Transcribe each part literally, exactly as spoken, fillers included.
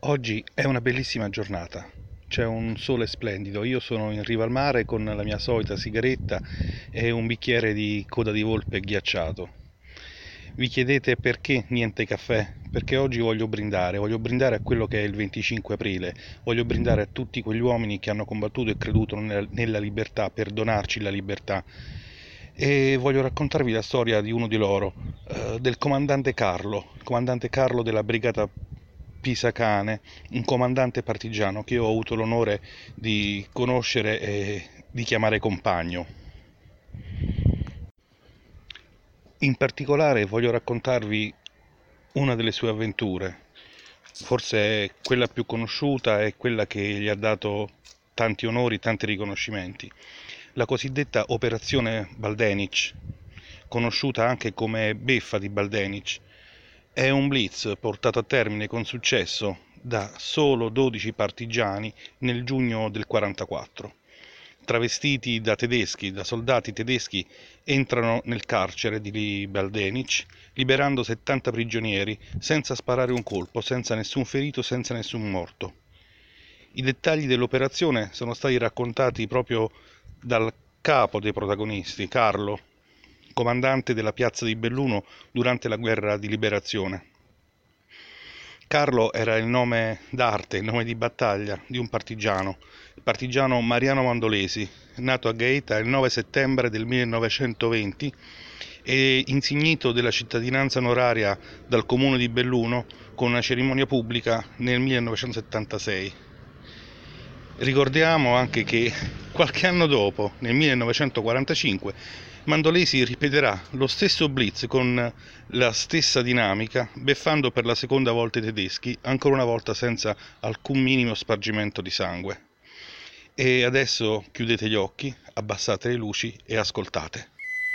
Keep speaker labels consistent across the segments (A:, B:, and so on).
A: Oggi è una bellissima giornata, c'è un sole splendido, io sono in riva al mare con la mia solita sigaretta e un bicchiere di coda di volpe ghiacciato. Vi chiedete perché niente caffè? Perché oggi voglio brindare, voglio brindare a quello che è il venticinque aprile, voglio brindare a tutti quegli uomini che hanno combattuto e creduto nella, nella libertà per donarci la libertà. E voglio raccontarvi la storia di uno di loro, eh, del comandante Carlo, il comandante Carlo della brigata Pisacane, un comandante partigiano che io ho avuto l'onore di conoscere e di chiamare compagno. In particolare voglio raccontarvi una delle sue avventure, forse è quella più conosciuta e quella che gli ha dato tanti onori, tanti riconoscimenti. La cosiddetta Operazione Baldenic, conosciuta anche come Beffa di Baldenic, è un blitz portato a termine con successo da solo dodici partigiani nel giugno del quarantaquattro. Travestiti da tedeschi, da soldati tedeschi, entrano nel carcere di Baldenic, liberando settanta prigionieri senza sparare un colpo, senza nessun ferito, senza nessun morto. I dettagli dell'operazione sono stati raccontati proprio dal capo dei protagonisti, Carlo, comandante della piazza di Belluno durante la guerra di liberazione. Carlo era il nome d'arte, il nome di battaglia di un partigiano, il partigiano Mariano Mandolesi, nato a Gaeta il nove settembre del millenovecentoventi e insignito della cittadinanza onoraria dal comune di Belluno con una cerimonia pubblica nel millenovecentosettantasei. Ricordiamo anche che qualche anno dopo, nel millenovecentoquarantacinque, Mandolesi ripeterà lo stesso blitz con la stessa dinamica, beffando per la seconda volta i tedeschi, ancora una volta senza alcun minimo spargimento di sangue. E adesso chiudete gli occhi, abbassate le luci e ascoltate.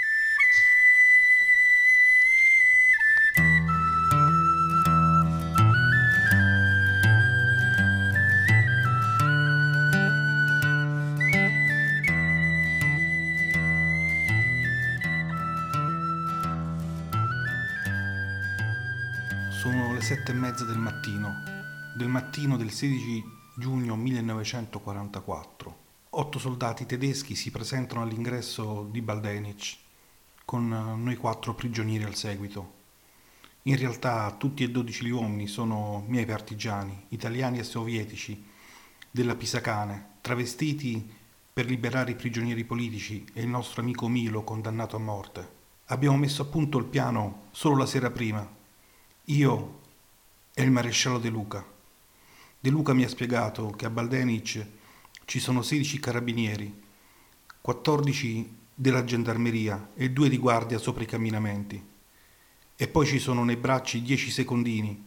B: Sono le sette e mezza del mattino, del mattino del sedici giugno millenovecentoquarantaquattro. Otto soldati tedeschi si presentano all'ingresso di Baldenic, con noi quattro prigionieri al seguito. In realtà tutti e dodici gli uomini sono miei partigiani, italiani e sovietici, della Pisacane, travestiti per liberare i prigionieri politici e il nostro amico Milo condannato a morte. Abbiamo messo a punto il piano solo la sera prima. Io e il maresciallo De Luca. De Luca mi ha spiegato che a Baldenic ci sono sedici carabinieri, quattordici della gendarmeria e due di guardia sopra i camminamenti. E poi ci sono nei bracci dieci secondini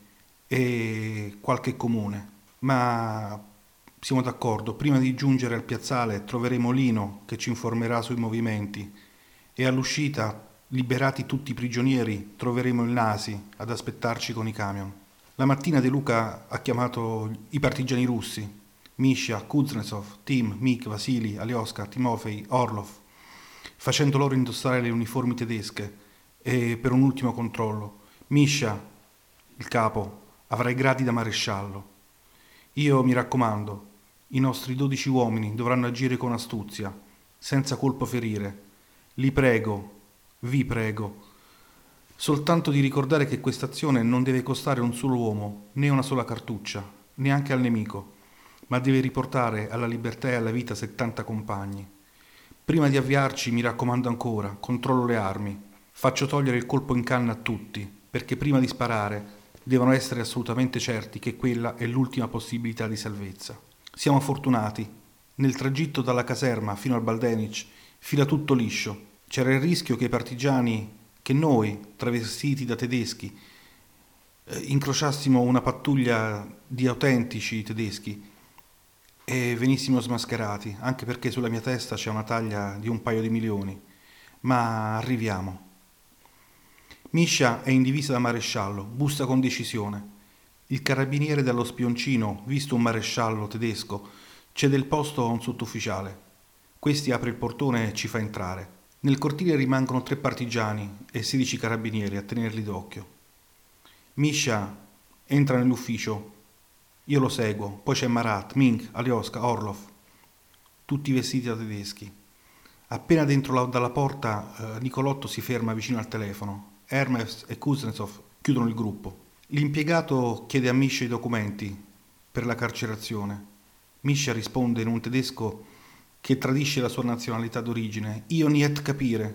B: e qualche comune. Ma siamo d'accordo, prima di giungere al piazzale troveremo Lino che ci informerà sui movimenti e all'uscita, liberati tutti i prigionieri, troveremo il Nasi ad aspettarci con i camion. La mattina De Luca ha chiamato i partigiani russi, Misha, Kuznetsov, Tim, Mik, Vasili, Alioska, Timofei, Orlov, facendo loro indossare le uniformi tedesche e per un ultimo controllo. Misha, il capo, avrà i gradi da maresciallo. Io mi raccomando, i nostri dodici uomini dovranno agire con astuzia, senza colpo ferire. Li prego, vi prego, soltanto di ricordare che questa azione non deve costare un solo uomo, né una sola cartuccia, neanche al nemico, ma deve riportare alla libertà e alla vita settanta compagni. Prima di avviarci mi raccomando ancora, controllo le armi, faccio togliere il colpo in canna a tutti, perché prima di sparare devono essere assolutamente certi che quella è l'ultima possibilità di salvezza. Siamo fortunati, nel tragitto dalla caserma fino al Baldenic fila tutto liscio. C'era il rischio che i partigiani, che noi, travestiti da tedeschi, eh, incrociassimo una pattuglia di autentici tedeschi e venissimo smascherati, anche perché sulla mia testa c'è una taglia di un paio di milioni. Ma arriviamo. Misha è in divisa da maresciallo, bussa con decisione. Il carabiniere dallo spioncino, visto un maresciallo tedesco, cede il posto a un sottufficiale. Questi apre il portone e ci fa entrare. Nel cortile rimangono tre partigiani e sedici carabinieri a tenerli d'occhio. Misha entra nell'ufficio Io lo seguo, poi c'è Marat, Mink, Alioska, Orlov, tutti vestiti da tedeschi. Appena dentro la, dalla porta eh, Nicolotto si ferma vicino al telefono. Hermes e Kuznetsov chiudono il gruppo. L'impiegato chiede a Misha i documenti per la carcerazione. Misha risponde in un tedesco che tradisce la sua nazionalità d'origine. Io niet capire.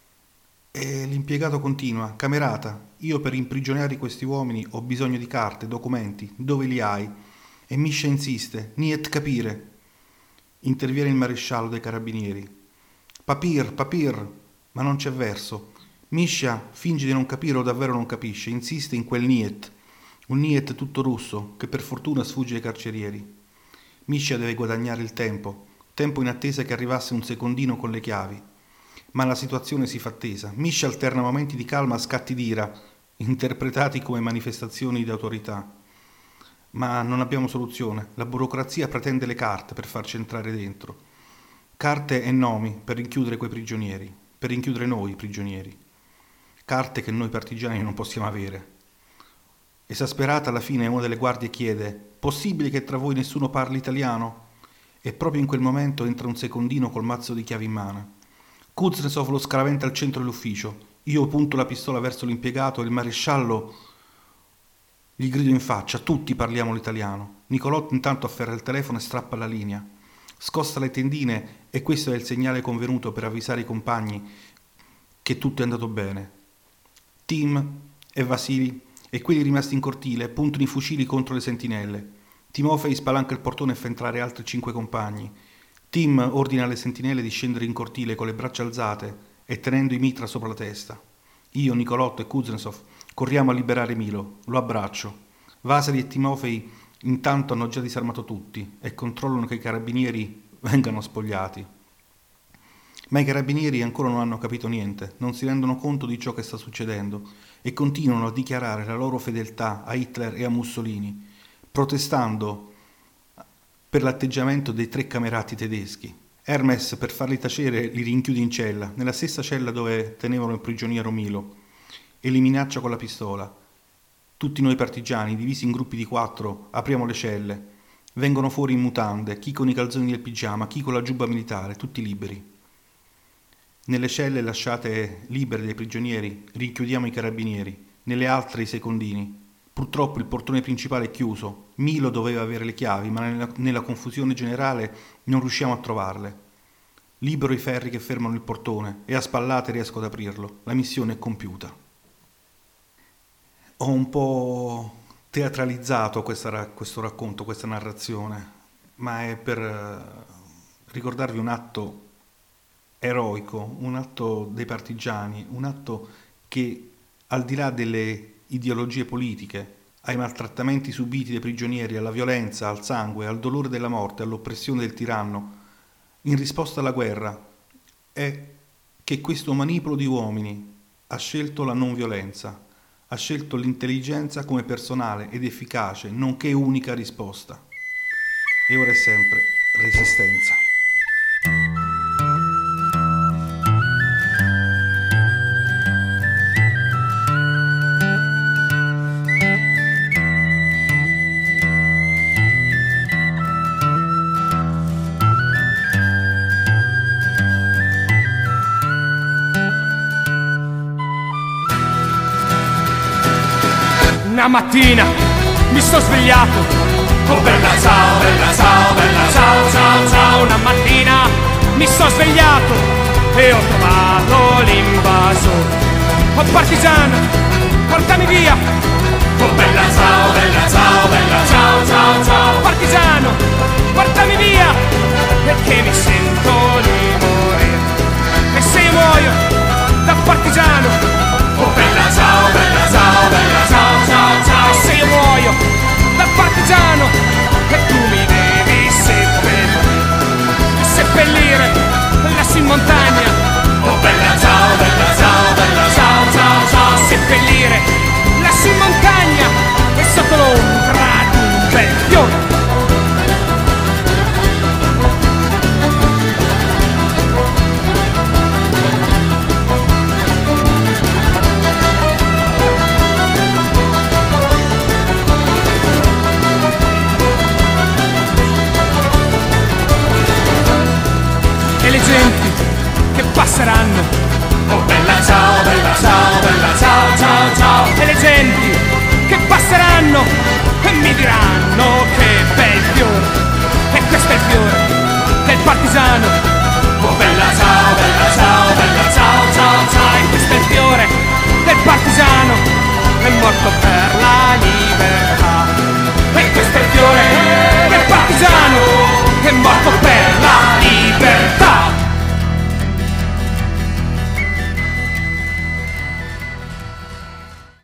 B: E l'impiegato continua. Camerata, io per imprigionare questi uomini ho bisogno di carte, documenti. Dove li hai? E Misha insiste. Niet capire. Interviene il maresciallo dei carabinieri. Papir, papir, ma non c'è verso. Misha finge di non capire o davvero non capisce, insiste in quel niet, un niet tutto russo che per fortuna sfugge ai carcerieri. Misha deve guadagnare il tempo, tempo in attesa che arrivasse un secondino con le chiavi. Ma la situazione si fa tesa. Misha alterna momenti di calma a scatti d'ira, interpretati come manifestazioni di autorità. Ma non abbiamo soluzione. La burocrazia pretende le carte per farci entrare dentro. Carte e nomi per rinchiudere quei prigionieri, per rinchiudere noi prigionieri. Carte che noi partigiani non possiamo avere. Esasperata alla fine una delle guardie chiede: possibile che tra voi nessuno parli italiano? E proprio in quel momento entra un secondino col mazzo di chiavi in mano. Kuznetsov lo scaraventa al centro dell'ufficio. Io punto la pistola verso l'impiegato e il maresciallo gli grido in faccia: tutti parliamo l'italiano. Nicolotto intanto afferra il telefono e strappa la linea. Scosta le tendine e questo è il segnale convenuto per avvisare i compagni che tutto è andato bene. Tim e Vasili e quelli rimasti in cortile puntano i fucili contro le sentinelle. Timofei spalanca il portone e fa entrare altri cinque compagni. Tim ordina alle sentinelle di scendere in cortile con le braccia alzate e tenendo i mitra sopra la testa. Io, Nicolotto e Kuznetsov corriamo a liberare Milo. Lo abbraccio. Vasili e Timofei intanto hanno già disarmato tutti e controllano che i carabinieri vengano spogliati. Ma i carabinieri ancora non hanno capito niente, non si rendono conto di ciò che sta succedendo e continuano a dichiarare la loro fedeltà a Hitler e a Mussolini, protestando per l'atteggiamento dei tre camerati tedeschi. Hermes, per farli tacere, li rinchiude in cella, nella stessa cella dove tenevano il prigioniero Milo, e li minaccia con la pistola. Tutti noi partigiani, divisi in gruppi di quattro, apriamo le celle. Vengono fuori in mutande, chi con i calzoni del pigiama, chi con la giubba militare, tutti liberi. Nelle celle lasciate libere dai prigionieri, rinchiudiamo i carabinieri, nelle altre i secondini. Purtroppo il portone principale è chiuso. Milo doveva avere le chiavi, ma nella, nella confusione generale non riusciamo a trovarle. Libero i ferri che fermano il portone e a spallate riesco ad aprirlo. La missione è compiuta. Ho un po' teatralizzato questa, questo racconto, questa narrazione, ma è per ricordarvi un atto eroico, un atto dei partigiani, un atto che al di là delle ideologie politiche, ai maltrattamenti subiti dai prigionieri, alla violenza, al sangue, al dolore della morte, all'oppressione del tiranno, in risposta alla guerra, è che questo manipolo di uomini ha scelto la non violenza, ha scelto l'intelligenza come personale ed efficace, nonché unica risposta. E ora è sempre resistenza.
C: Una mattina mi sto svegliato, oh bella ciao, bella ciao, bella ciao, ciao, ciao. Una mattina mi sto svegliato e ho trovato l'invasore. Oh partigiano, portami via, oh bella ciao, bella ciao, bella ciao, ciao, ciao. Partigiano, portami via, perché mi sento di morire. E se io muoio da partigiano, oh bella ciao, bella ciao, bella ciao, ciao, ciao. E se io muoio da partigiano, e tu mi devi seppellire, seppellire lassù in montagna, oh bella ciao, bella ciao, bella ciao, ciao, ciao. Seppellire lassù in montagna e sotto l'ombra ciao, bella ciao.